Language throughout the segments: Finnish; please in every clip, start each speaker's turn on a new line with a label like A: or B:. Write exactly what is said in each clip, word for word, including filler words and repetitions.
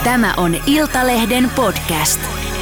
A: Tämä on Iltalehden podcast.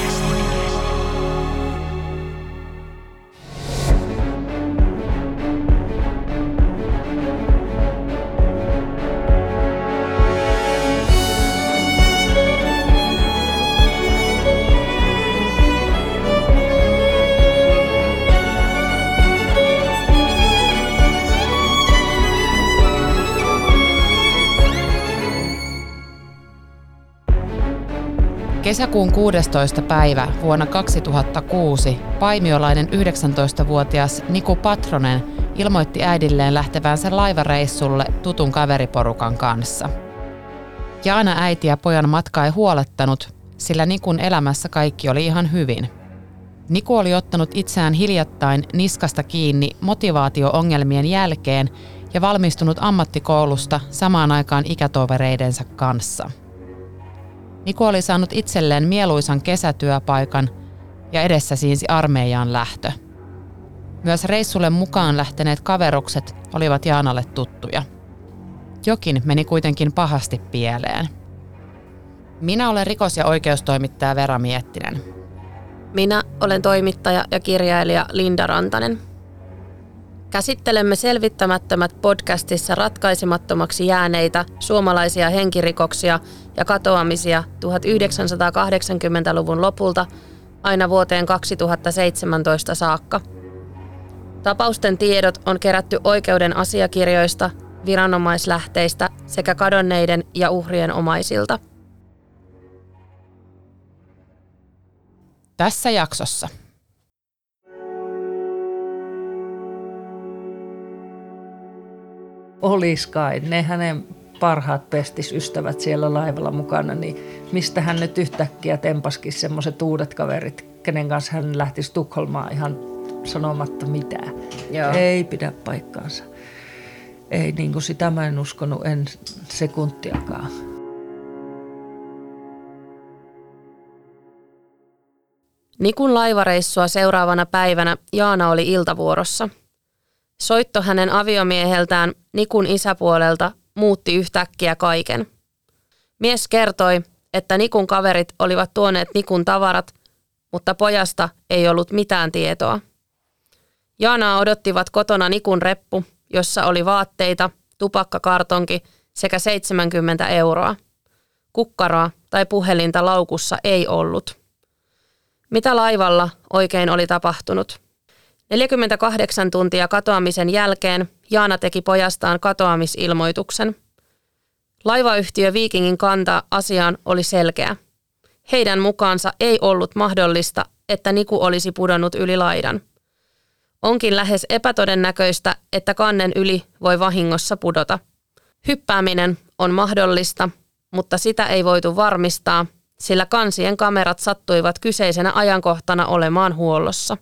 B: Kesäkuun kuudestoista päivä vuonna kaksituhattakuusi paimiolainen yhdeksäntoistavuotias Niku Patronen ilmoitti äidilleen lähtevänsä laivareissulle tutun kaveriporukan kanssa. Jaana äiti ja pojan matka ei huolettanut, sillä Nikun elämässä kaikki oli ihan hyvin. Niku oli ottanut itseään hiljattain niskasta kiinni motivaatio-ongelmien jälkeen ja valmistunut ammattikoulusta samaan aikaan ikätovereidensa kanssa. Niku oli saanut itselleen mieluisan kesätyöpaikan ja edessä siinsi armeijaan lähtö. Myös reissulle mukaan lähteneet kaverukset olivat Jaanalle tuttuja. Jokin meni kuitenkin pahasti pieleen. Minä olen rikos- ja oikeustoimittaja Vera Miettinen.
C: Minä olen toimittaja ja kirjailija Linda Rantanen. Käsittelemme selvittämättömät podcastissa ratkaisemattomaksi jääneitä suomalaisia henkirikoksia ja katoamisia tuhatyhdeksänsataakahdeksankymmentäluvun lopulta aina vuoteen kaksituhattaseitsemäntoista saakka. Tapausten tiedot on kerätty oikeuden asiakirjoista, viranomaislähteistä sekä kadonneiden ja uhrien omaisilta.
B: Tässä jaksossa.
D: Olis kai ne hänen parhaat pestisystävät siellä laivalla mukana, niin mistä hän nyt yhtäkkiä tempaskin semmoiset uudet kaverit, kenen kanssa hän lähtisi Tukholmaan ihan sanomatta mitään. Joo. Ei pidä paikkaansa. Ei niin kuin sitä mä en uskonut en sekuntiakaan.
C: Nikun laivareissua seuraavana päivänä Jaana oli iltavuorossa. Soitto hänen aviomieheltään Nikun isäpuolelta muutti yhtäkkiä kaiken. Mies kertoi, että Nikun kaverit olivat tuoneet Nikun tavarat, mutta pojasta ei ollut mitään tietoa. Jaanaa odottivat kotona Nikun reppu, jossa oli vaatteita, tupakkakartonki sekä seitsemänkymmentä euroa. Kukkaroa tai puhelinta laukussa ei ollut. Mitä laivalla oikein oli tapahtunut? neljäkymmentäkahdeksan tuntia katoamisen jälkeen Jaana teki pojastaan katoamisilmoituksen. Laivayhtiö Vikingin kanta asiaan oli selkeä. Heidän mukaansa ei ollut mahdollista, että Niku olisi pudonnut yli laidan. Onkin lähes epätodennäköistä, että kannen yli voi vahingossa pudota. Hyppääminen on mahdollista, mutta sitä ei voitu varmistaa, sillä kansien kamerat sattuivat kyseisenä ajankohtana olemaan huollossa.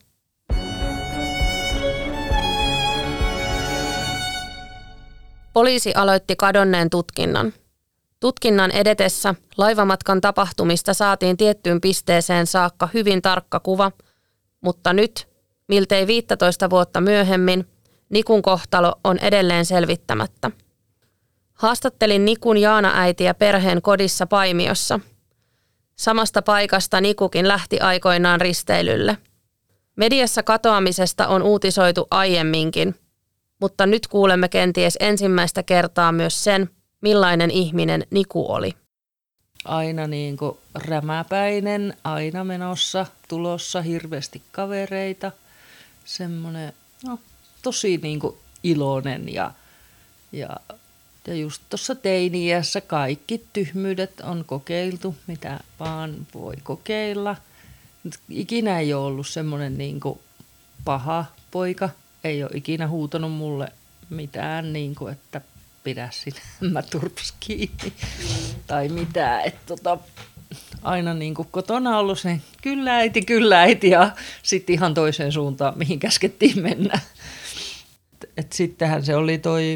C: Poliisi aloitti kadonneen tutkinnan. Tutkinnan edetessä laivamatkan tapahtumista saatiin tiettyyn pisteeseen saakka hyvin tarkka kuva, mutta nyt, miltei viisitoista vuotta myöhemmin, Nikun kohtalo on edelleen selvittämättä. Haastattelin Nikun Jaana-äitiä perheen kodissa Paimiossa. Samasta paikasta Nikukin lähti aikoinaan risteilylle. Mediassa katoamisesta on uutisoitu aiemminkin, mutta nyt kuulemme kenties ensimmäistä kertaa myös sen, millainen ihminen Niku oli.
D: Aina niin kuin rämäpäinen, aina menossa, tulossa, hirveästi kavereita. Semmoinen no, tosi niin kuin iloinen ja, ja, ja just tuossa teini-iässä kaikki tyhmyydet on kokeiltu, mitä vaan voi kokeilla. Ikinä ei ole ollut semmoinen niin kuin paha poika. Ei ole ikinä huutanut mulle mitään, niin kuin, että pidä sinä, mä turpas kiinni tai mitään. Et, tota, aina niin kuin kotona ollut se kyllä äiti, kyllä äiti ja sitten ihan toiseen suuntaan, mihin käskettiin mennä. Et, et sittenhän se oli toi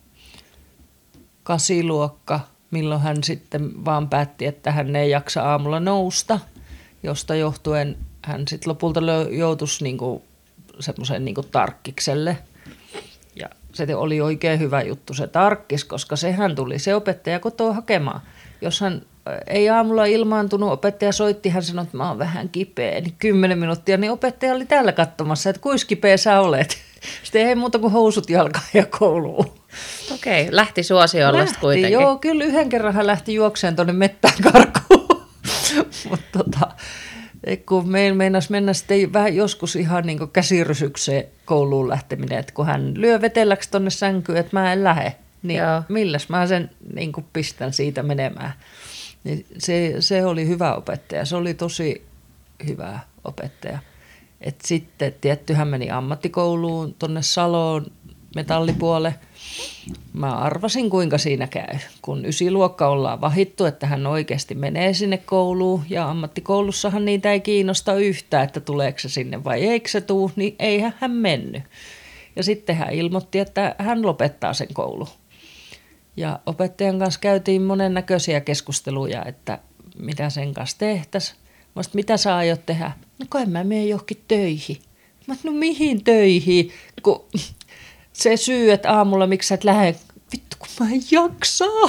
D: kasiluokka, milloin hän sitten vaan päätti, että hän ei jaksa aamulla nousta, josta johtuen hän sitten lopulta joutuisi niinku semmoisen niinku tarkkikselle. Ja se oli oikein hyvä juttu se tarkkis, koska sehän tuli se opettaja kotoa hakemaan. Jos hän ei aamulla ilmaantunut, opettaja soitti, hän sanoi, että mä oon vähän kipeä, niin kymmenen minuuttia, niin opettaja oli täällä katsomassa, että kuinka kipeä sä olet. Sitten ei muuta kuin housut jalkaan ja kouluun.
C: Okei, lähti suosiolla
D: lähti,
C: kuitenkin.
D: Joo, kyllä yhden kerran hän lähti juokseen tuonne mettään karkuun. Mutta tota, kun meillä meinasi mennä sitten vähän joskus ihan niin kuin käsirysykseen kouluun lähteminen, että kun hän lyö vetelläksi tuonne sänkyyn, että mä en lähde, niin joo. Milläs mä sen niin kuin pistän siitä menemään. Niin se, se oli hyvä opettaja, se oli tosi hyvä opettaja. Et sitten tietty hän meni ammattikouluun tuonne Saloon metallipuolelle. Mä arvasin kuinka siinä käy, kun ysiluokka ollaan vahittu, että hän oikeasti menee sinne kouluun ja ammattikoulussahan niitä ei kiinnosta yhtään, että tuleeko se sinne vai eikö se tuu, niin eihän hän mennyt. Ja sitten hän ilmoitti, että hän lopettaa sen koulun. Ja opettajan kanssa käytiin monennäköisiä keskusteluja, että mitä sen kanssa tehtäisiin. Mä sanoin, mitä sä aiot tehdä? No kai mä menen johonkin töihin. Mä sanoin, no mihin töihin? Kun se syy, että aamulla miksi sä et lähde, vittu kun mä en jaksaa.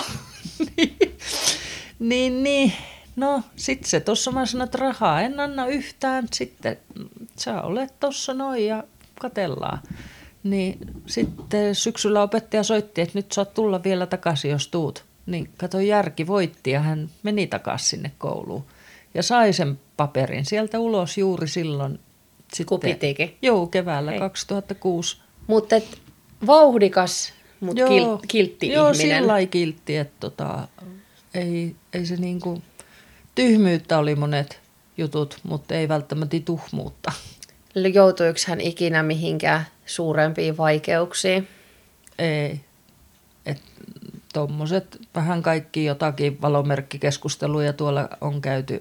D: niin, niin, no sit se tossa mä sanoin, että rahaa en anna yhtään. Sitten sä olet tossa noin ja katellaan. Niin sitten syksyllä opettaja soitti, että nyt saat tulla vielä takaisin, jos tuut. Niin kato, järki voitti ja hän meni takaisin sinne kouluun. Ja sai sen paperin sieltä ulos juuri silloin.
C: Kun pitikin.
D: Joo, keväällä Hei. kaksituhattakuusi.
C: Mutta vauhdikas, mutta kil, kiltti
D: joo,
C: ihminen. Joo,
D: sillä lailla kiltti, että tota, ei, ei se niinku, tyhmyyttä oli monet jutut, mutta ei välttämättä tuhmuutta.
C: Joutuiko hän ikinä mihinkään suurempiin vaikeuksiin?
D: Ei. Et tommoset vähän kaikki jotakin valomerkkikeskusteluja tuolla on käyty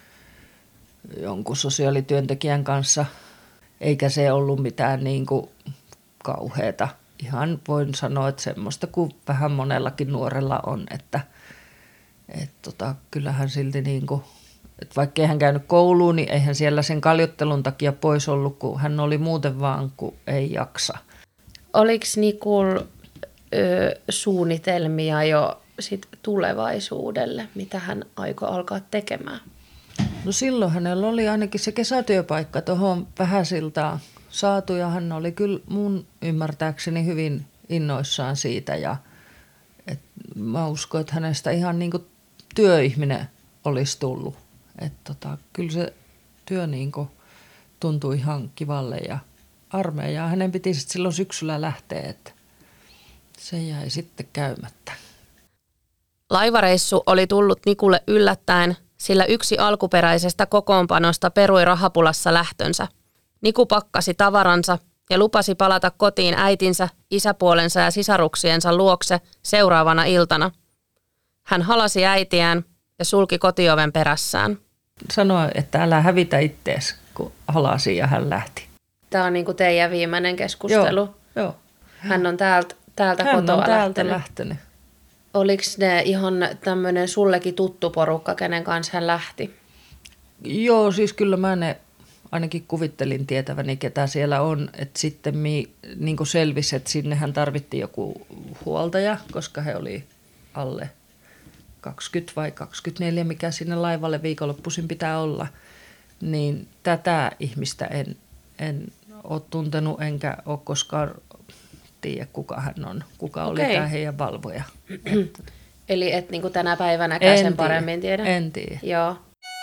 D: jonkun sosiaalityöntekijän kanssa, eikä se ollut mitään niin kuin kauheata. Ihan voin sanoa, että semmoista kuin vähän monellakin nuorella on, että et tota, kyllähän silti niin kuin, että vaikka ei hän käynyt kouluun, niin eihän siellä sen kaljottelun takia pois ollut, kun hän oli muuten vaan, kun ei jaksa.
C: Oliko Nikul ö, suunnitelmia jo sit tulevaisuudelle, mitä hän aikoi alkaa tekemään?
D: No silloin hänellä oli ainakin se kesätyöpaikka tuohon Vähäsiltaan saatu ja hän oli kyllä mun ymmärtääkseni hyvin innoissaan siitä ja et mä uskon, että hänestä ihan niin kuin työihminen olisi tullut. Että tota, kyllä se työ niin kuin tuntui ihan kivalle ja armeijaa hänen piti sitten silloin syksyllä lähteä, että se jäi sitten käymättä.
C: Laivareissu oli tullut Nikulle yllättäen, sillä yksi alkuperäisestä kokoonpanosta perui rahapulassa lähtönsä. Niku pakkasi tavaransa ja lupasi palata kotiin äitinsä, isäpuolensa ja sisaruksiensa luokse seuraavana iltana. Hän halasi äitiään ja sulki kotioven perässään.
D: Sanoi, että älä hävitä ittees, kun halasi ja hän lähti.
C: Tämä on niin kuin teidän viimeinen keskustelu.
D: Joo, joo.
C: Hän on täältä, täältä
D: hän
C: kotoa
D: on täältä
C: lähtenyt.
D: lähtenyt.
C: Oliko ne ihan tämmöinen sullekin tuttu porukka, kenen kanssa hän lähti?
D: Joo, siis kyllä mä ne ainakin kuvittelin tietäväni, ketä siellä on. Että sitten mi, niin kuin selvisi, että sinnehän tarvittiin joku huoltaja, koska he oli alle kaksikymmentä vai kaksikymmentäneljä, mikä sinne laivalle viikonloppuisin pitää olla. Niin tätä ihmistä en, en ole tuntenut, enkä ole koskaan tiedä, kuka hän on, kuka
C: Okei.
D: oli tämä heidän valvoja.
C: Eli et niin kuin tänä päivänäkään sen
D: tiedä.
C: paremmin tiedä?
D: En tiedä.
C: Joo.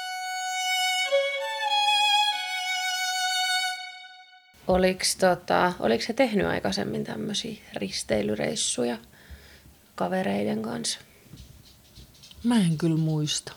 C: Oliko tota, oliko he tehnyt aikaisemmin tämmöisiä risteilyreissuja kavereiden kanssa?
D: Mä en kyllä muista.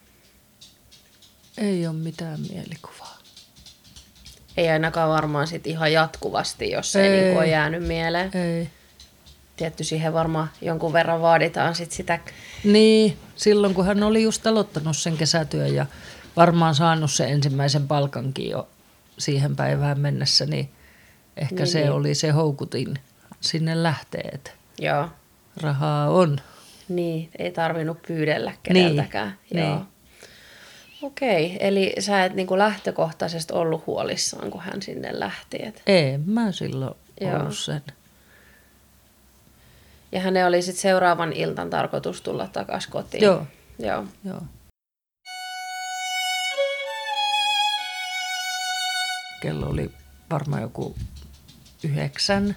D: Ei ole mitään mielikuvaa.
C: Ei ainakaan varmaan sit ihan jatkuvasti, jos ei,
D: Ei.
C: niinku ole jäänyt mieleen.
D: Ei.
C: Tietty siihen varmaan jonkun verran vaaditaan sit sitä.
D: Niin, silloin kun hän oli just aloittanut sen kesätyön ja varmaan saanut sen ensimmäisen palkankin jo siihen päivään mennessä, niin ehkä
C: niin,
D: se
C: niin.
D: oli se houkutin sinne lähteä, että
C: Joo.
D: rahaa on.
C: Niin, ei tarvinnut pyydellä keneltäkään.
D: Niin,
C: Joo.
D: niin.
C: Okei, eli sä et niinku lähtökohtaisesti ollut huolissaan, kun hän sinne lähti. Et.
D: Ei, mä silloin
C: Joo.
D: ollut sen.
C: Ja hänen oli sitten seuraavan iltan tarkoitus tulla takaisin kotiin.
D: Joo,
C: Joo.
D: Joo. Kello oli varmaan joku yhdeksän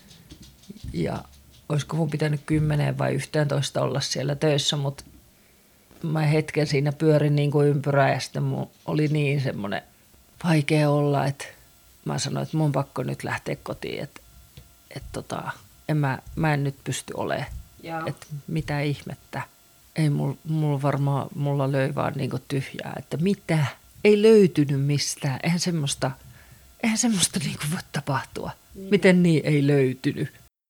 D: ja olisiko mun pitänyt kymmeneen vai yhteentoista olla siellä töissä, mutta mä hetken siinä pyörin niin kuin ympyrää ja sitten mun oli niin semmoinen vaikea olla, että mä sanoin, että mun pakko nyt lähteä kotiin, että, että tota, en mä, mä en nyt pysty olemaan, että mitä ihmettä. Ei mulla mul varmaan, mulla löi vaan niin kuin tyhjää, että mitä, ei löytynyt mistään, eihän semmoista, eihän semmoista niin kuin voi tapahtua. Niin. Miten niin ei löytynyt?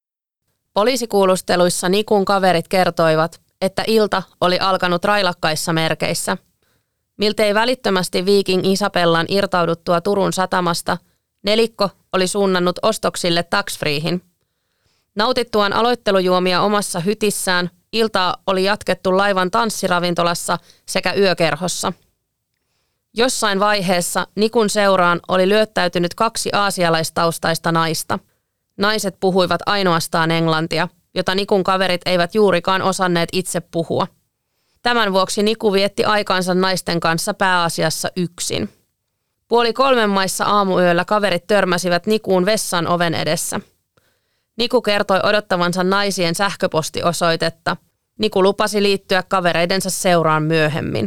C: Poliisikuulusteluissa Nikun kaverit kertoivat, että ilta oli alkanut railakkaissa merkeissä. Miltei välittömästi Viking Isabellan irtauduttua Turun satamasta, nelikko oli suunnannut ostoksille tax-freehin. Nautittuaan aloittelujuomia omassa hytissään, iltaa oli jatkettu laivan tanssiravintolassa sekä yökerhossa. Jossain vaiheessa Nikun seuraan oli lyöttäytynyt kaksi aasialaistaustaista naista. Naiset puhuivat ainoastaan englantia, jota Nikun kaverit eivät juurikaan osanneet itse puhua. Tämän vuoksi Niku vietti aikansa naisten kanssa pääasiassa yksin. Puoli kolmen maissa aamuyöllä kaverit törmäsivät Nikuun vessan oven edessä. Niku kertoi odottavansa naisien sähköpostiosoitetta. Niku lupasi liittyä kavereidensa seuraan myöhemmin.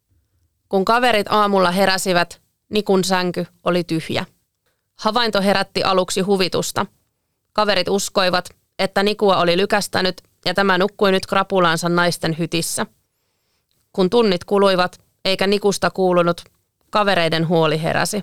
C: Kun kaverit aamulla heräsivät, Nikun sänky oli tyhjä. Havainto herätti aluksi huvitusta. Kaverit uskoivat, että Nikua oli lykästänyt ja tämä nukkui nyt krapulansa naisten hytissä. Kun tunnit kuluivat, eikä Nikusta kuulunut, kavereiden huoli heräsi.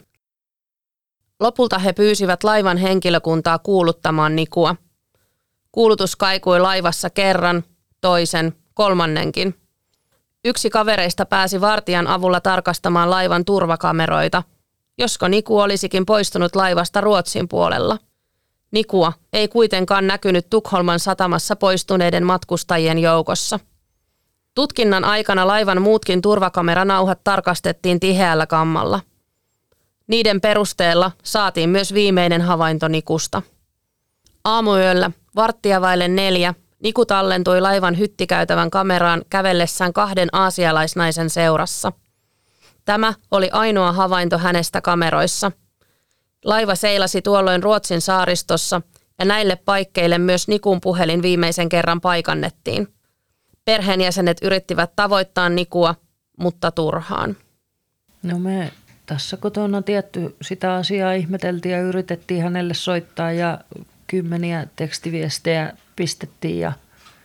C: Lopulta he pyysivät laivan henkilökuntaa kuuluttamaan Nikua. Kuulutus kaikui laivassa kerran, toisen, kolmannenkin. Yksi kavereista pääsi vartijan avulla tarkastamaan laivan turvakameroita, josko Niku olisikin poistunut laivasta Ruotsin puolella. Nikua ei kuitenkaan näkynyt Tukholman satamassa poistuneiden matkustajien joukossa. Tutkinnan aikana laivan muutkin turvakameranauhat tarkastettiin tiheällä kammalla. Niiden perusteella saatiin myös viimeinen havainto Nikusta. Aamuyöllä varttia vaille neljä Niku tallentui laivan hyttikäytävän kameraan kävellessään kahden aasialaisnaisen seurassa. Tämä oli ainoa havainto hänestä kameroissa. Laiva seilasi tuolloin Ruotsin saaristossa ja näille paikkeille myös Nikun puhelin viimeisen kerran paikannettiin. Perheenjäsenet yrittivät tavoittaa Nikua, mutta turhaan.
D: No me tässä kotona tietty sitä asiaa ihmeteltiin ja yritettiin hänelle soittaa ja kymmeniä tekstiviestejä pistettiin ja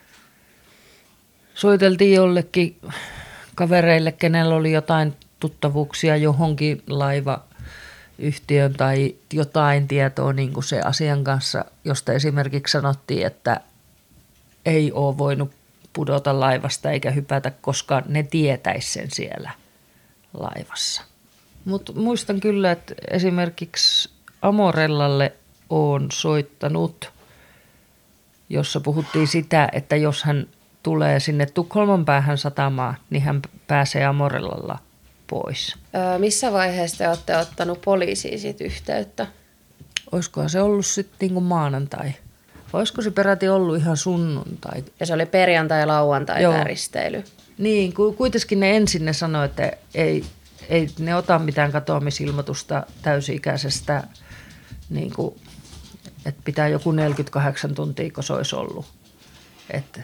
D: soiteltiin jollekin kavereille, kenellä oli jotain tuttavuuksia johonkin laivayhtiön tai jotain tietoa niin kuin se asian kanssa, josta esimerkiksi sanottiin, että ei ole voinut pudota laivasta eikä hypätä, koska ne tietäisi sen siellä laivassa. Mutta muistan kyllä, että esimerkiksi Amorellalle olen soittanut, jossa puhuttiin sitä, että jos hän tulee sinne Tukholman päähän satamaan, niin hän pääsee Amorellalla pois.
C: Öö, missä vaiheessa te olette ottanut poliisiin sit yhteyttä?
D: Olisikohan se ollut sitten niinku maanantai? Olisiko se peräti ollut ihan sunnuntai?
C: Ja se oli perjantai- ja lauantai
D: Joo.
C: tämä risteily.
D: Niin, kuitenkin ne ensin ne sanoi, että ei, ei ne ota mitään katoamisilmoitusta täysi-ikäisestä, niin kuin, että pitää joku neljäkymmentäkahdeksan tuntia, kun se olisi ollut. Että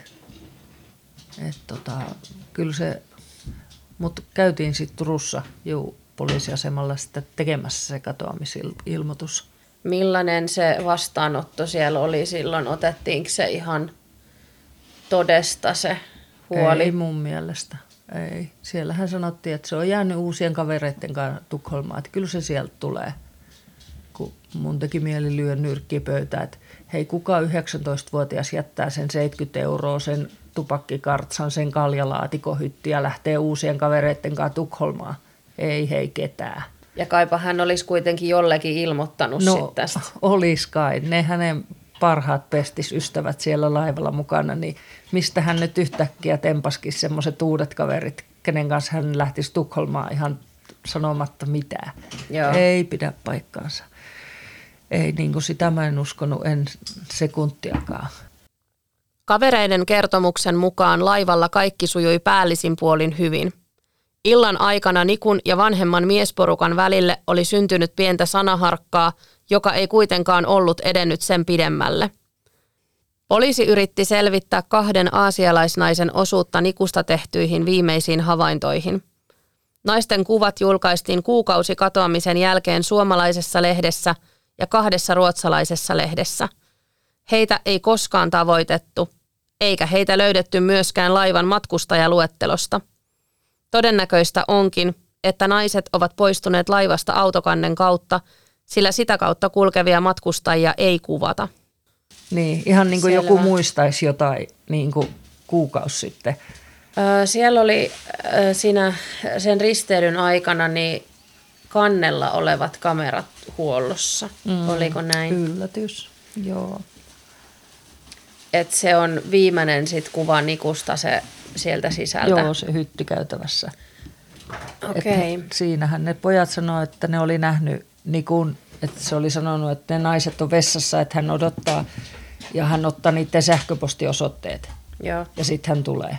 D: et tota, kyllä se, mutta käytiin sitten Turussa juu, poliisiasemalla sitten tekemässä se katoamisilmoitus.
C: Millainen se vastaanotto siellä oli silloin? Otettiinko se ihan todesta se huoli?
D: Ei mun mielestä. Ei. Siellähän sanottiin, että se on jäänyt uusien kavereiden kanssa Tukholmaan, että kyllä se sieltä tulee. Kun mun teki mieli lyö nyrkkiä pöytään, että hei, kuka yhdeksäntoistavuotias jättää sen seitsemänkymmentä euroa, sen tupakkikartsan, sen kaljalaatikon ja lähtee uusien kavereiden kanssa Tukholmaan. Ei hei ketään.
C: Ja kaipa hän olisi kuitenkin jollekin ilmoittanut
D: no,
C: sitten tästä.
D: Olis kai. Ne hänen parhaat pestisystävät siellä laivalla mukana, niin mistä hän nyt yhtäkkiä tempaskin semmoiset uudet kaverit, kenen kanssa hän lähtisi Tukholmaan ihan sanomatta mitään.
C: Joo.
D: Ei pidä paikkaansa. Ei, niin kuin sitä mä en uskonut en sekuntiakaan.
C: Kavereiden kertomuksen mukaan laivalla kaikki sujui päällisin puolin hyvin. Illan aikana Nikun ja vanhemman miesporukan välille oli syntynyt pientä sanaharkkaa, joka ei kuitenkaan ollut edennyt sen pidemmälle. Poliisi yritti selvittää kahden aasialaisnaisen osuutta Nikusta tehtyihin viimeisiin havaintoihin. Naisten kuvat julkaistiin kuukausi katoamisen jälkeen suomalaisessa lehdessä ja kahdessa ruotsalaisessa lehdessä. Heitä ei koskaan tavoitettu, eikä heitä löydetty myöskään laivan matkustajaluettelosta. Todennäköistä onkin, että naiset ovat poistuneet laivasta autokannen kautta, sillä sitä kautta kulkevia matkustajia ei kuvata.
D: Niin, ihan niin kuin joku muistaisi jotain niin kuin kuukausi sitten.
C: Öö, siellä oli öö, siinä sen risteilyn aikana niin kannella olevat kamerat huollossa. Mm, Oliko näin?
D: Yllätys, joo.
C: Et se on viimeinen sit kuva Nikusta se sieltä sisältä.
D: Joo, se hyttikäytävässä.
C: Okei.
D: Okay. Siinähän ne pojat sanoivat, että ne oli nähnyt Nikun, että se oli sanonut, että ne naiset on vessassa, että hän odottaa ja hän ottaa niiden sähköpostiosoitteet.
C: Joo.
D: Ja sitten hän tulee.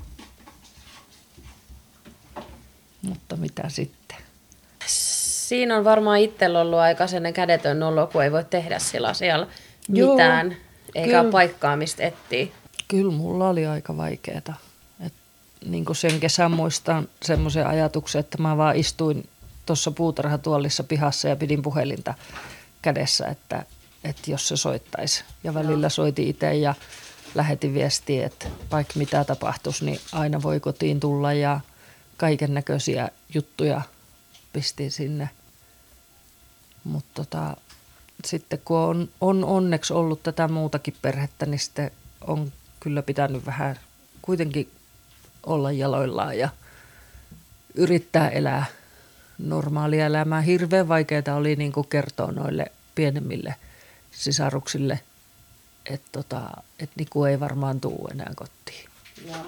D: Mutta mitä sitten?
C: Siinä on varmaan itsellä ollut aika sellainen kädetön olo, kun ei voi tehdä sillä asialla
D: Joo,
C: mitään, eikä
D: kyllä.
C: ole paikkaa, mistä etsiä.
D: Kyllä mulla oli aika vaikeaa. Et niin kuin sen kesän muistan semmoisen ajatuksen, että mä vaan istuin tuossa puutarhatuolissa pihassa ja pidin puhelinta kädessä, että, että jos se soittaisi. Ja välillä soitin itse ja lähetin viestiä, että vaikka mitä tapahtuisi, niin aina voi kotiin tulla ja kaiken näköisiä juttuja pistin sinne. Mutta tota, sitten kun on, on onneksi ollut tätä muutakin perhettä, niin sitten on kyllä pitänyt vähän kuitenkin olla jaloillaan ja yrittää elää normaalia elämää. Hirveän vaikeaa oli niin kuin kertoa noille pienemmille sisaruksille, että tota, et Niku ei varmaan tule enää kotiin.
C: Joo.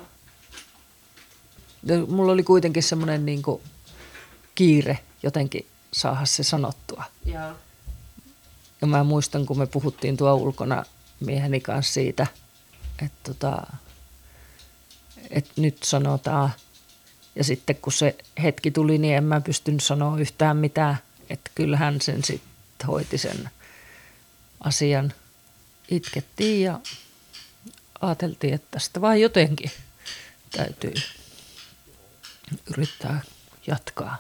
D: Mulla oli kuitenkin semmoinen niin kuin kiire jotenkin saada se sanottua.
C: Joo.
D: Ja mä muistan, kun me puhuttiin tuo ulkona mieheni kanssa siitä, että, tota, että nyt sanotaan. Ja sitten kun se hetki tuli, niin en mä pystynyt sanoa yhtään mitään. Että kyllähän sen sitten hoiti sen asian. Itkettiin ja ajateltiin, että tästä vaan jotenkin täytyy yrittää jatkaa.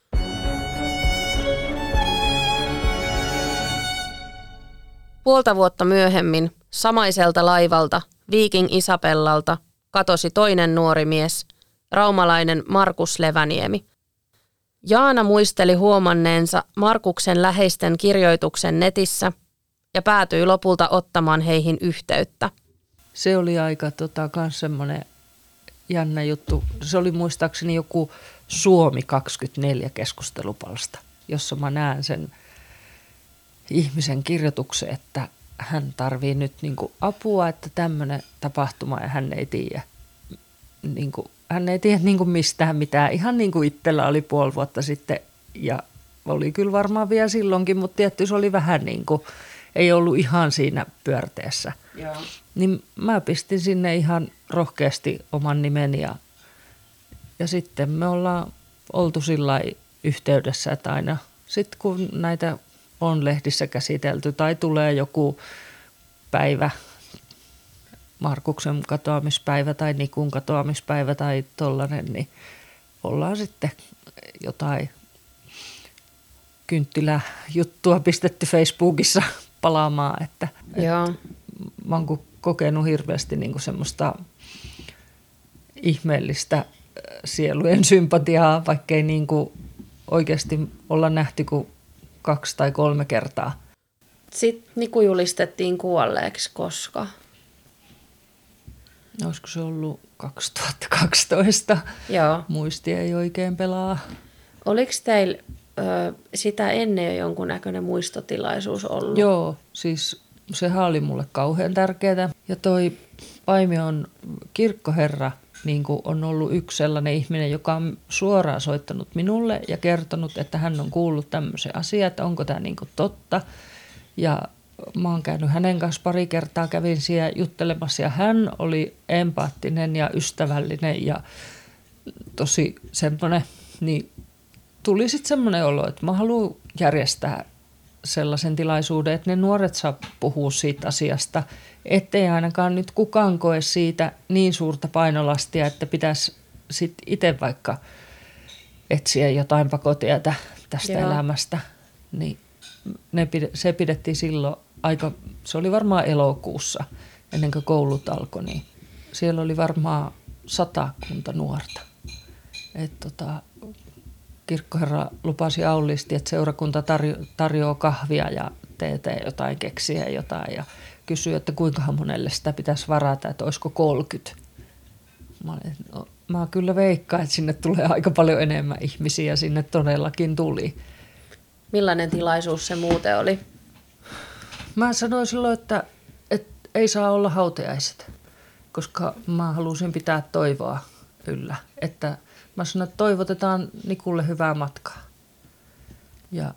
C: Puolta vuotta myöhemmin samaiselta laivalta Viking Isabellalta katosi toinen nuori mies, raumalainen Markus Leväniemi. Jaana muisteli huomanneensa Markuksen läheisten kirjoituksen netissä ja päätyi lopulta ottamaan heihin yhteyttä.
D: Se oli aika tota, kans semmoinen jännä juttu. Se oli muistaakseni joku Suomi kaksikymmentäneljä keskustelupalsta, jossa mä näen sen ihmisen kirjoituksen, että hän tarvii nyt niinku apua, että tämmöinen tapahtuma ja hän ei tiedä, niinku, hän ei tiedä niinku mistään mitään. Ihan niin kuin itsellä oli puoli vuotta sitten ja oli kyllä varmaan vielä silloinkin, mutta tietysti se oli vähän niin kuin, ei ollut ihan siinä pyörteessä.
C: Joo.
D: Niin mä pistin sinne ihan rohkeasti oman nimeni ja, ja sitten me ollaan oltu sillä yhteydessä, että aina sitten kun näitä on lehdissä käsitelty tai tulee joku päivä, Markuksen katoamispäivä tai Nikun katoamispäivä tai tollainen, niin ollaan sitten jotain kynttiläjuttua pistetty Facebookissa palaamaan, että,
C: Joo.
D: että mä oon kokenut hirveästi niinku semmoista ihmeellistä sielujen sympatiaa, vaikkei niinku oikeasti olla nähty kuin kaksi tai kolme kertaa.
C: Sitten Niku julistettiin kuolleeksi koska?
D: Olisiko se ollut kaksituhattakaksitoista?
C: Joo.
D: Muisti ei oikein pelaa.
C: Oliko teillä ö, sitä ennen jo jonkunnäköinen muistotilaisuus ollut?
D: Joo, siis sehän oli mulle kauhean tärkeää. Ja toi Paimion kirkkoherra niin kuin on ollut yksi sellainen ihminen, joka on suoraan soittanut minulle ja kertonut, että hän on kuullut tämmöisen asian, että onko tämä niin kuin totta. Ja mä oon käynyt hänen kanssa pari kertaa, kävin siellä juttelemassa ja hän oli empaattinen ja ystävällinen ja tosi semmoinen, niin tuli sitten semmoinen olo, että mä haluan järjestää sellaisen tilaisuuden, että ne nuoret saa puhua siitä asiasta, ettei ainakaan nyt kukaan koe siitä niin suurta painolastia, että pitäisi sitten itse vaikka etsiä jotain pakotietä tästä Joo. elämästä. Niin ne, se pidettiin silloin aika, se oli varmaan elokuussa ennen kuin koulut alkoi, niin siellä oli varmaan satakunta nuorta. Et tota, kirkkoherra lupasi auliisti, että seurakunta tarjo- tarjoaa kahvia ja teetä ja jotain keksiä jotain ja kysyi, että kuinkahan monelle sitä pitäisi varata, että olisiko kolmekymmentä. Mä, olin, no, mä kyllä veikkaan, että sinne tulee aika paljon enemmän ihmisiä, sinne todellakin tuli.
C: Millainen tilaisuus se muuten oli?
D: Mä sanoin silloin, että, että ei saa olla hautajaiset, koska mä halusin pitää toivoa yllä. Että mä sanoin, että toivotetaan Nikulle hyvää matkaa. Ja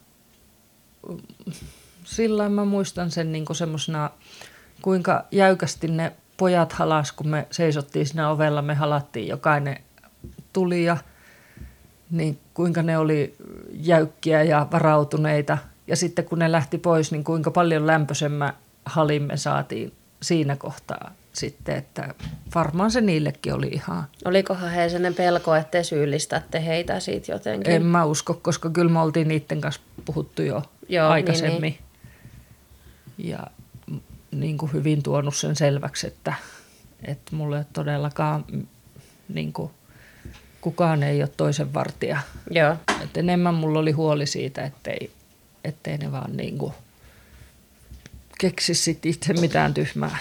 D: sillä mä muistan sen niin semmoisena, kuinka jäykästi ne pojat halas, kun me seisottiin siinä ovella, me halattiin, jokainen tuli ja niin kuinka ne oli jäykkiä ja varautuneita. Ja sitten kun ne lähti pois, niin kuinka paljon lämpöisemmän halin me saatiin siinä kohtaa sitten, että varmaan se niillekin oli ihan.
C: Olikohan he sellainen pelko, että te syyllistätte heitä siitä jotenkin?
D: En mä usko, koska kyllä me oltiin niiden kanssa puhuttu jo Joo, aikaisemmin. Niin, niin. Ja niin kuin hyvin tuonut sen selväksi, että, että mulle ei todellakaan niin kuin, kukaan ei ole toisen vartija.
C: Joo.
D: Et enemmän mulla oli huoli siitä, ettei, ettei ne vaan niin kuin keksi sit itse mitään tyhmää.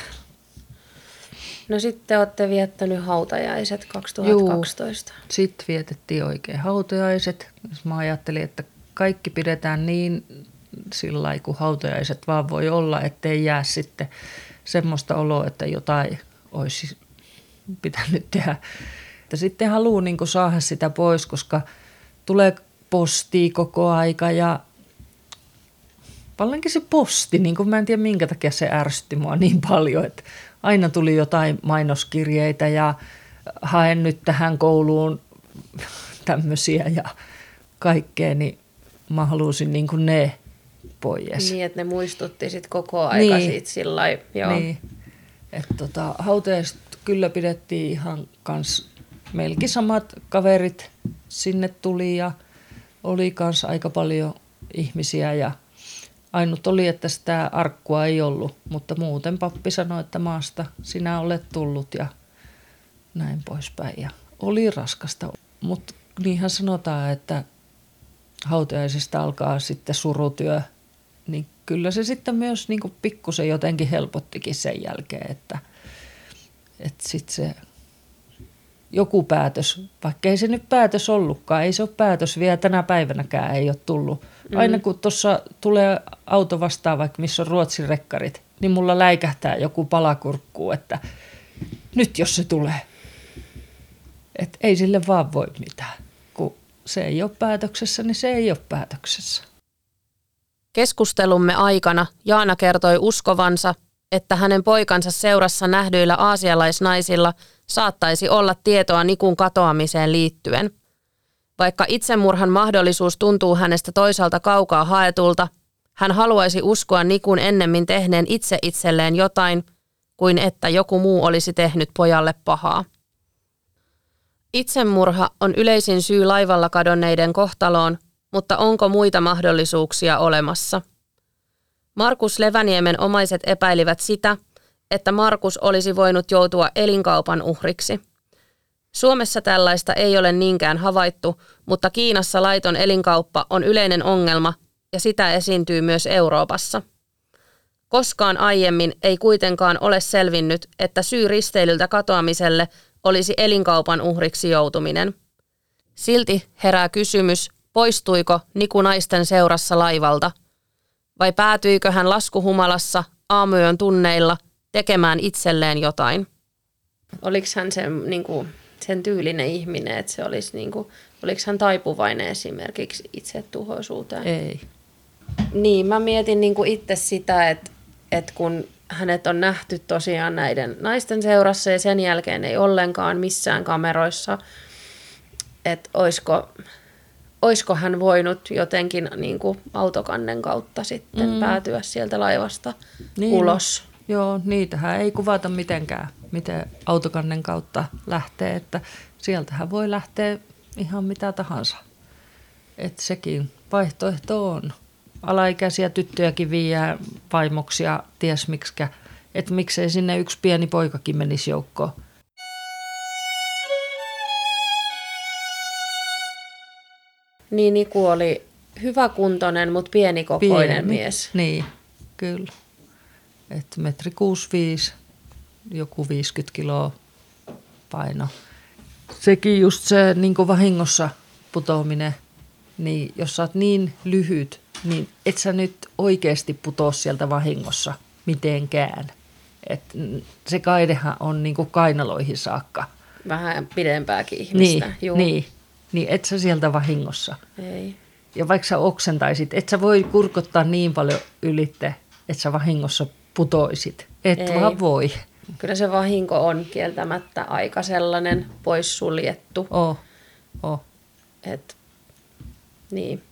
C: No sitten olette viettänyt hautajaiset kaksituhattakaksitoista.
D: Juu, sitten vietettiin oikein hautajaiset. Mä ajattelin, että kaikki pidetään niin sillä lailla, kun hautajaiset vaan voi olla, ettei jää sitten semmoista oloa, että jotain olisi pitänyt tehdä. Ja sitten haluan niin saada sitä pois, koska tulee postia koko aika ja vallankin se posti, niin kuin mä en tiedä minkä takia se ärsytti mua niin paljon, että aina tuli jotain mainoskirjeitä ja haen nyt tähän kouluun tämmöisiä ja kaikkea, niin mä halusin niin kuin ne pois.
C: Niin, että ne muistutti sit koko aika niin. Siitä sillä lailla. Joo.
D: Niin, että tota, hautajaiset kyllä pidettiin ihan kans melkein samat kaverit sinne tuli ja oli kans aika paljon ihmisiä ja ainut oli, että sitä arkkua ei ollut, mutta muuten pappi sanoi, että maasta sinä olet tullut ja näin poispäin. Ja oli raskasta, mutta niinhän sanotaan, että hautajaisista alkaa sitten surutyö, niin kyllä se sitten myös niin kuin pikkusen jotenkin helpottikin sen jälkeen, että, että sitten se joku päätös, vaikka ei se nyt päätös ollutkaan, ei se ole päätös vielä tänä päivänäkään ei ole tullut. Aina kun tuossa tulee auto vastaan, vaikka missä on Ruotsin rekkarit, niin mulla läikähtää joku palakurkkuu, että nyt jos se tulee. Että ei sille vaan voi mitään. Kun se ei ole päätöksessä, niin se ei ole päätöksessä.
C: Keskustelumme aikana Jaana kertoi uskovansa, että hänen poikansa seurassa nähdyillä aasialaisnaisilla saattaisi olla tietoa Nikun katoamiseen liittyen. Vaikka itsemurhan mahdollisuus tuntuu hänestä toisaalta kaukaa haetulta, hän haluaisi uskoa Nikun ennemmin tehneen itse itselleen jotain, kuin että joku muu olisi tehnyt pojalle pahaa. Itsemurha on yleisin syy laivalla kadonneiden kohtaloon, mutta onko muita mahdollisuuksia olemassa? Markus Leväniemen omaiset epäilivät sitä, että Markus olisi voinut joutua elinkaupan uhriksi. Suomessa tällaista ei ole niinkään havaittu, mutta Kiinassa laiton elinkauppa on yleinen ongelma ja sitä esiintyy myös Euroopassa. Koskaan aiemmin ei kuitenkaan ole selvinnyt, että syy risteilyltä katoamiselle olisi elinkaupan uhriksi joutuminen. Silti herää kysymys, poistuiko Niku naisten seurassa laivalta, vai päätyikö hän laskuhumalassa aamuyön tunneilla tekemään itselleen jotain? Oliko hän sen, niin kuin, sen tyylinen ihminen, että se olisi, niin kuin, oliko hän taipuvainen esimerkiksi itsetuhoisuuteen?
D: Ei.
C: Niin, mä mietin niin kuin itse sitä, että, että kun hänet on nähty tosiaan näiden naisten seurassa ja sen jälkeen ei ollenkaan missään kameroissa, että olisiko, olisiko hän voinut jotenkin niin kuin autokannen kautta sitten mm. päätyä sieltä laivasta niin, ulos.
D: Joo, niitähän ei kuvata mitenkään, miten autokannen kautta lähtee, että sieltähän voi lähteä ihan mitä tahansa. Että sekin vaihtoehto on. Alaikäisiä tyttöjäkin viiää vaimoksia, ties miksikä. Että miksei sinne yksi pieni poikakin menisi joukkoon.
C: Niin Niku oli hyväkuntoinen, mutta pienikokoinen Pieni. mies.
D: Niin, kyllä. Että metri kuusikymmentäviisi, joku viisikymmentä kiloa paino. Sekin just se niin kuin vahingossa putoaminen, niin jos sä oot niin lyhyt, niin et sä nyt oikeasti putoa sieltä vahingossa mitenkään. Et se kaidehan on niin kuin kainaloihin saakka.
C: Vähän pidempääkin ihmistä.
D: Niin,
C: Juu.
D: niin, niin et sä sieltä vahingossa.
C: Ei.
D: Ja vaikka sä oksentaisit, et sä voi kurkottaa niin paljon ylitte, että sä vahingossa putoisit. Et
C: Ei.
D: vaan voi.
C: Kyllä se vahinko on kieltämättä aika sellainen poissuljettu.
D: Oh, oh.
C: Et, niin.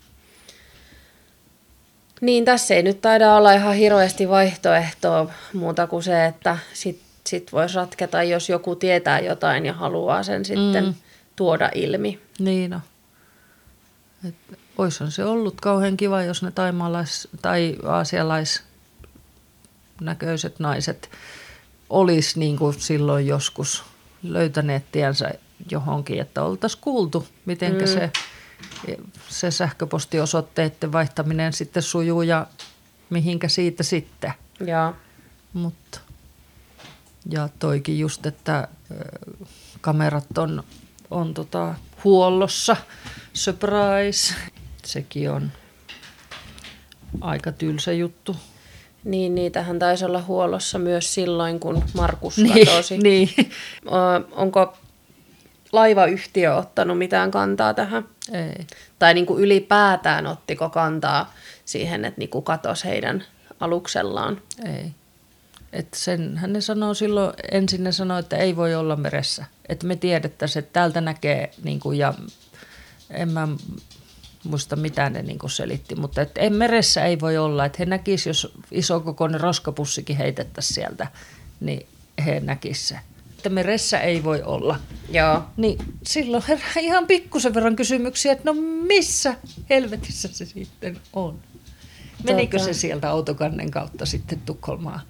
C: Niin tässä ei nyt taida olla ihan hirveästi vaihtoehtoa muuta kuin se, että sit, sit voisi ratketa, jos joku tietää jotain ja haluaa sen sitten mm. tuoda ilmi.
D: Niin no. Et oishan se ollut kauhean kiva, jos ne taimaalais- tai aasialaisnäköiset naiset olisi niin kuin silloin joskus löytäneet tiensä johonkin, että oltaisiin kuultu, miten mm. se, se sähköpostiosoitteiden vaihtaminen sitten sujuu ja mihinkä siitä sitten.
C: Ja,
D: Mut, ja toikin just, että kamerat on, on tota huollossa. Surprise. Sekin on aika tylsä juttu.
C: niin, niitähän taisi olla huollossa myös silloin, kun Markus
D: Niin,
C: katosi.
D: niin.
C: Ö, onko laivayhtiö ottanut mitään kantaa tähän?
D: Ei.
C: Tai niin kuin ylipäätään ottiko kantaa siihen, että Niku katosi heidän aluksellaan?
D: Ei. Et senhän ne sanoo silloin, ensin ne sanoo, että ei voi olla meressä. Että me tiedettäisiin, että täältä näkee, niin kuin, ja en mä muista mitä ne niin kuin selitti, mutta et en meressä ei voi olla. Että he näkisivät, jos isokokoinen roskapussikin heitettäisiin sieltä, niin he näkisivät se. Että meressä ei voi olla.
C: Joo.
D: Niin silloin herää ihan pikkusen verran kysymyksiä, että no missä helvetissä se sitten on? Menikö
C: Tota.
D: se sieltä autokannen kautta sitten Tukholmaan?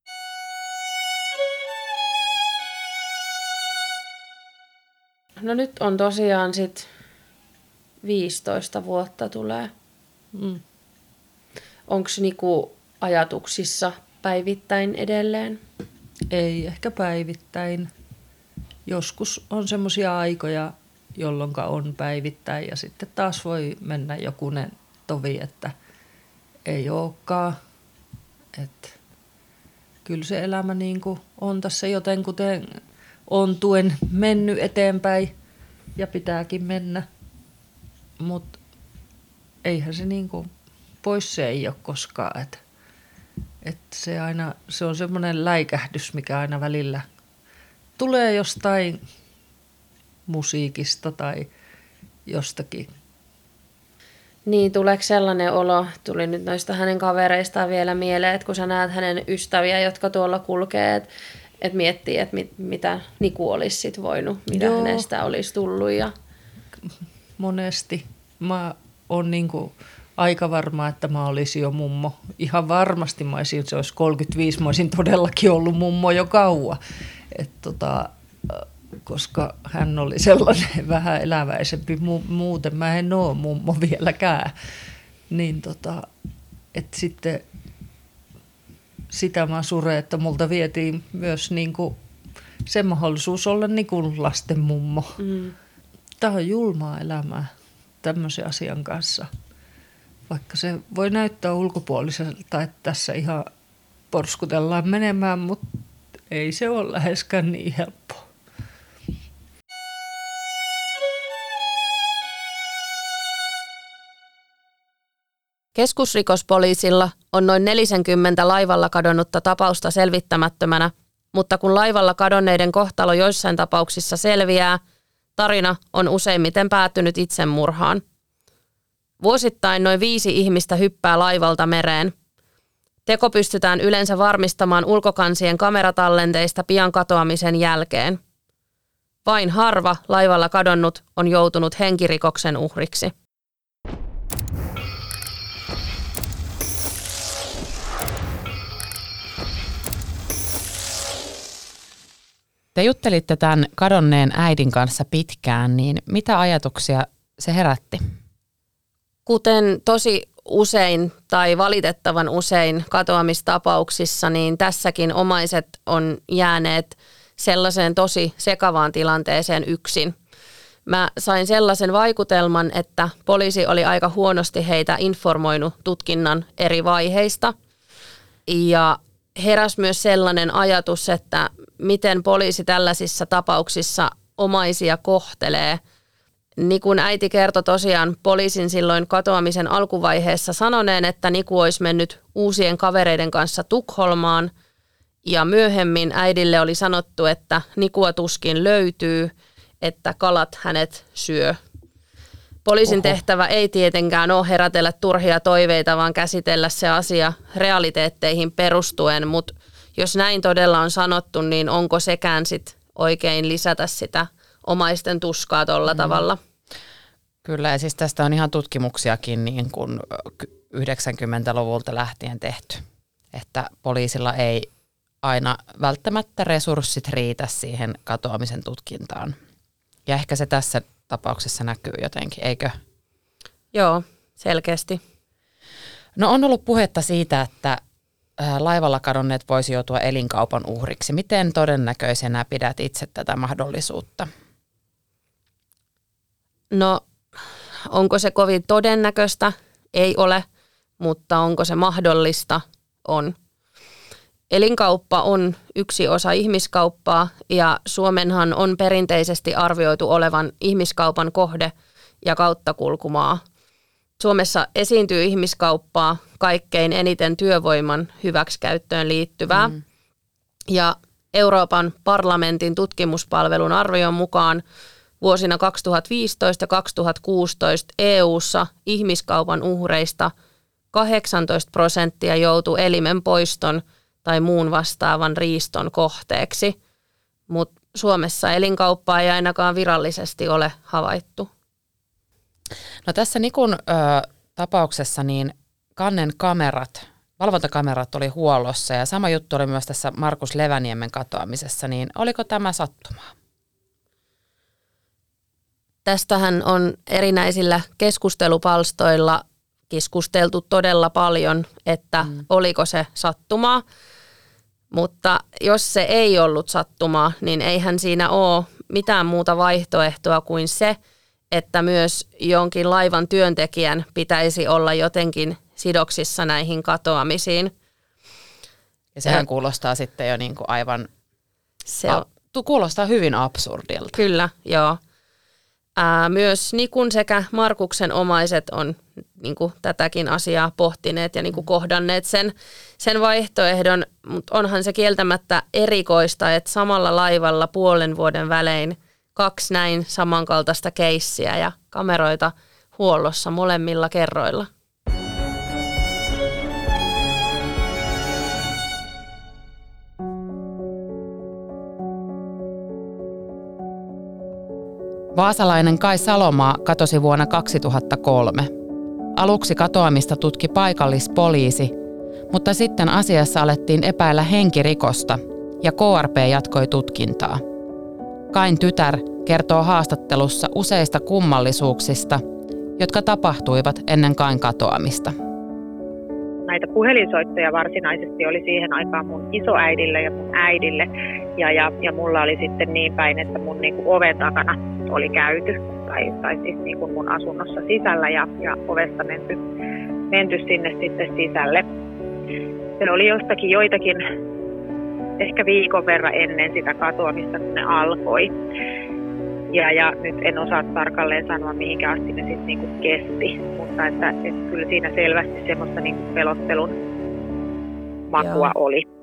C: No nyt on tosiaan sit viisitoista vuotta tulee.
D: Mm.
C: Onko Niku ajatuksissa päivittäin edelleen?
D: Ei ehkä päivittäin. Joskus on semmoisia aikoja, jolloin on päivittäin ja sitten taas voi mennä jokunen tovi, että ei olekaan. Et kyllä se elämä niin kuin on tässä jotenkuten on tuen mennyt eteenpäin ja pitääkin mennä. Mutta eihän se niin kuin pois se ei ole koskaan. Et, et se, aina, se on semmoinen läikähdys, mikä aina välillä tulee jostain musiikista tai jostakin.
C: Niin, tuleeko sellainen olo, tuli nyt noista hänen kavereistaan vielä mieleen, että kun sä näet hänen ystäviä, jotka tuolla kulkee, että et miettii, että mit, mitä Niku olisi sit voinut, mitä
D: Joo.
C: hänestä olisi tullut. Ja...
D: Monesti. Mä oon niinku aika varma, että mä olisin jo mummo. Ihan varmasti mä olisin, se olisi kolmekymmentäviisi, mä olisin todellakin ollut mummo jo kauan. Et tota, koska hän oli sellainen vähän eläväisempi, muuten mä en ole mummo vieläkään. Niin tota, et sitten sitä mä suren, että multa vietiin myös niinku se mahdollisuus olla niinku lasten mummo.
C: Mm.
D: Tämä on julmaa elämää tämmöisen asian kanssa. Vaikka se voi näyttää ulkopuoliselta, että tässä ihan porskutellaan menemään, mutta ei se ole läheskään niin helppoa.
C: Keskusrikospoliisilla on noin neljäkymmentä laivalla kadonnutta tapausta selvittämättömänä, mutta kun laivalla kadonneiden kohtalo joissain tapauksissa selviää, tarina on useimmiten päättynyt itsemurhaan. Vuosittain noin viisi ihmistä hyppää laivalta mereen. Teko pystytään yleensä varmistamaan ulkokansien kameratallenteista pian katoamisen jälkeen. Vain harva laivalla kadonnut on joutunut henkirikoksen uhriksi.
B: Te juttelitte tämän kadonneen äidin kanssa pitkään, niin mitä ajatuksia se herätti?
C: Kuten tosi usein tai valitettavan usein katoamistapauksissa, niin tässäkin omaiset on jääneet sellaiseen tosi sekavaan tilanteeseen yksin. Mä sain sellaisen vaikutelman, että poliisi oli aika huonosti heitä informoinut tutkinnan eri vaiheista. Ja heräsi myös sellainen ajatus, että miten poliisi tällaisissa tapauksissa omaisia kohtelee. Niin kuin äiti kertoi tosiaan poliisin silloin katoamisen alkuvaiheessa sanoneen, että Niku olisi mennyt uusien kavereiden kanssa Tukholmaan. Ja myöhemmin äidille oli sanottu, että Nikua tuskin löytyy, että kalat hänet syö. Poliisin Oho. tehtävä ei tietenkään ole herätellä turhia toiveita, vaan käsitellä se asia realiteetteihin perustuen, mutta jos näin todella on sanottu, niin onko sekään sit oikein lisätä sitä omaisten tuskaa tuolla mm. tavalla?
B: Kyllä, ja siis tästä on ihan tutkimuksiakin niin kuin yhdeksänkymmentäluvulta lähtien tehty, että poliisilla ei aina välttämättä resurssit riitä siihen katoamisen tutkintaan. Ja ehkä se tässä tapauksessa näkyy jotenkin, eikö?
C: Joo, selkeästi.
B: No on ollut puhetta siitä, että laivalla kadonneet voisi joutua elinkaupan uhriksi. Miten todennäköisenä pidät itse tätä mahdollisuutta?
C: No, onko se kovin todennäköistä? Ei ole, mutta onko se mahdollista? On. Elinkauppa on yksi osa ihmiskauppaa ja Suomenhan on perinteisesti arvioitu olevan ihmiskaupan kohde ja kauttakulkumaa. Suomessa esiintyy ihmiskauppaa kaikkein eniten työvoiman hyväksikäyttöön liittyvää. Mm. Ja Euroopan parlamentin tutkimuspalvelun arvion mukaan vuosina kaksituhattaviisitoista kaksituhattakuusitoista E U:ssa ihmiskaupan uhreista kahdeksantoista prosenttia joutui elimen poiston tai muun vastaavan riiston kohteeksi, mutta Suomessa elinkauppaa ei ainakaan virallisesti ole havaittu.
B: No tässä Nikun ö, tapauksessa niin kannen kamerat, valvontakamerat oli huollossa ja sama juttu oli myös tässä Markus Leväniemen katoamisessa, niin oliko tämä sattumaa?
C: Tästähän on erinäisillä keskustelupalstoilla keskusteltu todella paljon, että mm. oliko se sattumaa. Mutta jos se ei ollut sattumaa, niin eihän siinä ole mitään muuta vaihtoehtoa kuin se, että myös jonkin laivan työntekijän pitäisi olla jotenkin sidoksissa näihin katoamisiin.
B: Ja sehän ja, kuulostaa sitten jo niin kuin aivan,
C: se on,
B: a, kuulostaa hyvin absurdilta.
C: Kyllä, joo. Ää, myös Nikun sekä Markuksen omaiset on niin kuin tätäkin asiaa pohtineet ja niin kuin kohdanneet sen, sen vaihtoehdon, mutta onhan se kieltämättä erikoista, että samalla laivalla puolen vuoden välein kaksi näin samankaltaista keissiä ja kameroita huollossa molemmilla kerroilla.
B: Vaasalainen Kai Salomaa katosi vuonna kaksituhattakolme. Aluksi katoamista tutki paikallispoliisi, mutta sitten asiassa alettiin epäillä henkirikosta ja K R P jatkoi tutkintaa. Kain tytär kertoo haastattelussa useista kummallisuuksista, jotka tapahtuivat ennen Kain katoamista.
E: Näitä puhelinsoittoja varsinaisesti oli siihen aikaan mun isoäidille ja mun äidille. Ja, ja, ja mulla oli sitten niin päin, että mun niinku oven takana oli käyty, tai, tai siis niinku mun asunnossa sisällä ja, ja ovesta menty, menty sinne sitten sisälle. Se oli jostakin joitakin, ehkä viikon verran ennen sitä katoamista, kun ne alkoi. Ja, ja nyt en osaa tarkalleen sanoa, mihinkä asti ne sitten niinku kesti, mutta että, että kyllä siinä selvästi semmoista niinku pelottelun makua
C: Joo.
E: oli.